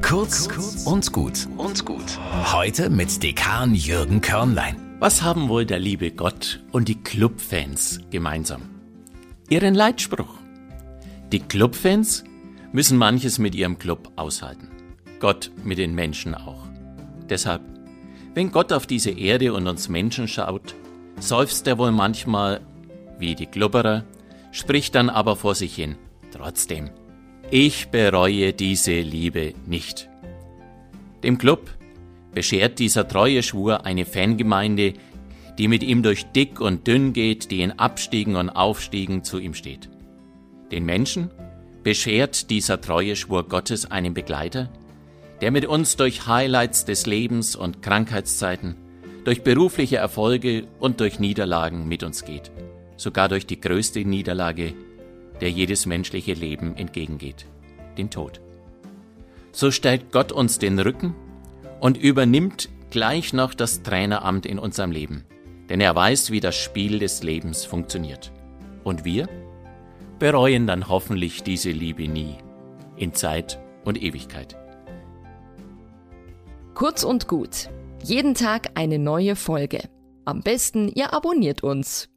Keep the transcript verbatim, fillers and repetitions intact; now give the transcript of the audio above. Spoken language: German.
Kurz und gut und gut. Heute mit Dekan Jürgen Körnlein. Was haben wohl der liebe Gott und die Clubfans gemeinsam? Ihren Leitspruch. Die Clubfans müssen manches mit ihrem Club aushalten. Gott mit den Menschen auch. Deshalb, wenn Gott auf diese Erde und uns Menschen schaut, seufzt er wohl manchmal wie die Glubberer, spricht dann aber vor sich hin. Trotzdem, ich bereue diese Liebe nicht. Dem Club beschert dieser treue Schwur eine Fangemeinde, die mit ihm durch dick und dünn geht, die in Abstiegen und Aufstiegen zu ihm steht. Den Menschen beschert dieser treue Schwur Gottes einen Begleiter, der mit uns durch Highlights des Lebens und Krankheitszeiten, durch berufliche Erfolge und durch Niederlagen mit uns geht, sogar durch die größte Niederlage, der jedes menschliche Leben entgegengeht, den Tod. So stärkt Gott uns den Rücken und übernimmt gleich noch das Traineramt in unserem Leben, denn er weiß, wie das Spiel des Lebens funktioniert. Und wir bereuen dann hoffentlich diese Liebe nie, in Zeit und Ewigkeit. Kurz und gut. Jeden Tag eine neue Folge. Am besten, ihr abonniert uns.